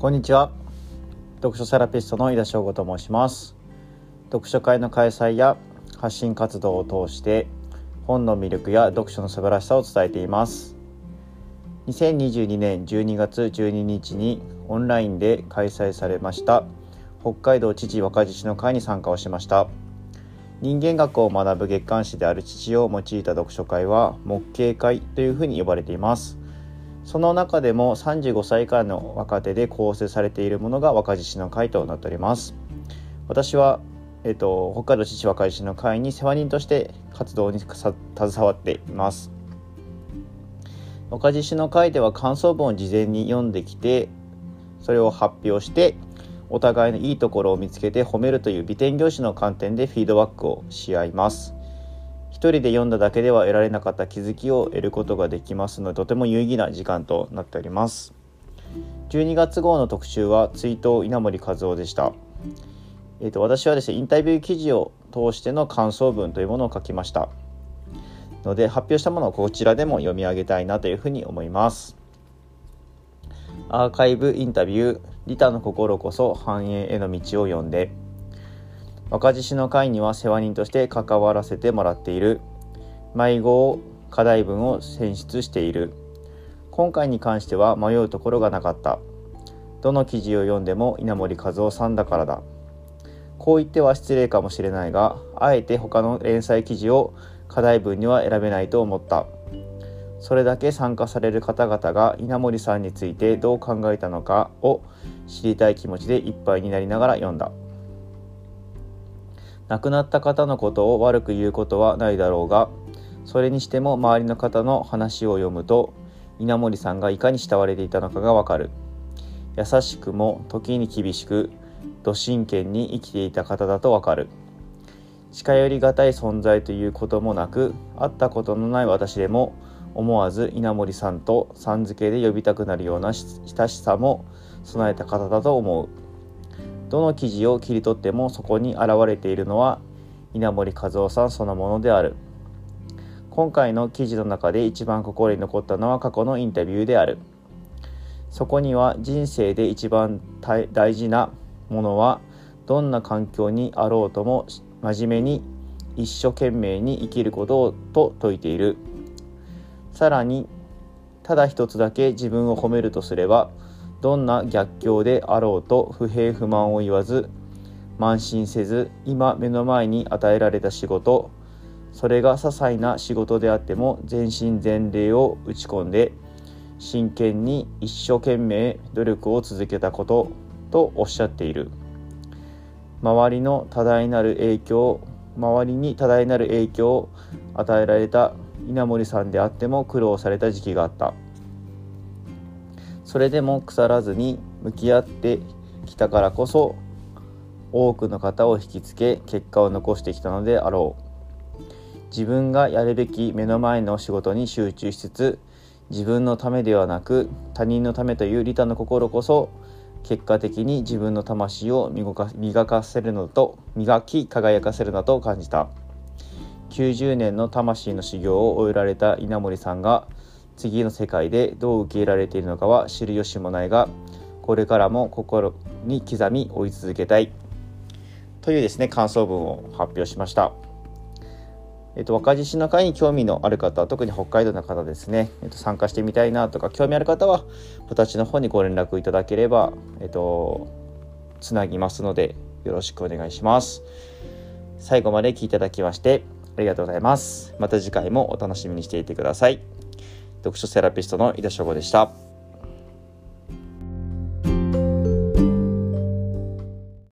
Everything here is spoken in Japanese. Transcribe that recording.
こんにちは。読書セラピストの井田翔吾と申します。読書会の開催や発信活動を通して本の魅力や読書の素晴らしさを伝えています。2022年12月12日にオンラインで開催されました北海道父若獅子の会に参加をしました。人間学を学ぶ月刊誌である父を用いた読書会は木慶会というふうに呼ばれています。その中でも35歳以下の若手で構成されているものが若獅子の会となっております。私は、北海道父若獅子の会に世話人として活動に携わっています。若獅子の会では感想文を事前に読んできて、それを発表してお互いのいいところを見つけて褒めるという美点業種の観点でフィードバックをし合います。一人で読んだだけでは得られなかった気づきを得ることができますので、とても有意義な時間となっております。12月号の特集は追悼稲盛和夫でした。私はですね、インタビュー記事を通しての感想文というものを書きましたので、発表したものをこちらでも読み上げたいなというふうに思います。アーカイブインタビュー、利他の心こそ繁栄への道を読んで。若獅子の会には世話人として関わらせてもらっている。迷子課題文を選出している。今回に関しては迷うところがなかった。どの記事を読んでも稲盛和夫さんだからだ。こう言っては失礼かもしれないが、あえて他の連載記事を課題文には選べないと思った。それだけ参加される方々が稲盛さんについてどう考えたのかを知りたい気持ちでいっぱいになりながら読んだ。亡くなった方のことを悪く言うことはないだろうが、それにしても周りの方の話を読むと稲盛さんがいかに慕われていたのかがわかる。優しくも時に厳しく、ど真剣に生きていた方だとわかる。近寄りがたい存在ということもなく、会ったことのない私でも思わず稲盛さんとさん付けで呼びたくなるような親しさも備えた方だと思う。どの記事を切り取ってもそこに現れているのは稲盛和夫さんそのものである。今回の記事の中で一番心に残ったのは過去のインタビューである。そこには人生で一番大事なものはどんな環境にあろうとも真面目に一生懸命に生きることと説いている。さらにただ一つだけ自分を褒めるとすれば、どんな逆境であろうと不平不満を言わず慢心せず、今目の前に与えられた仕事、それが些細な仕事であっても全身全霊を打ち込んで真剣に一生懸命努力を続けたこととおっしゃっている。周りに多大なる影響を与えられた稲盛さんであっても苦労された時期があった。それでも腐らずに向き合ってきたからこそ多くの方を引きつけ結果を残してきたのであろう。自分がやるべき目の前の仕事に集中しつつ、自分のためではなく他人のためという利他の心こそ結果的に自分の魂を磨き輝かせるなと感じた。90年の魂の修行を終えられた稲盛さんが次の世界でどう受け入れられているのかは知る由もないが、これからも心に刻み追い続けたいというですね、感想文を発表しました。若獅子の会に興味のある方、特に北海道の方ですね、参加してみたいなとか興味ある方は私の方にご連絡いただければ、つなぎますのでよろしくお願いします。最後まで聞いていただきましてありがとうございます。また次回もお楽しみにしていてください。読書セラピストの井田翔吾でした。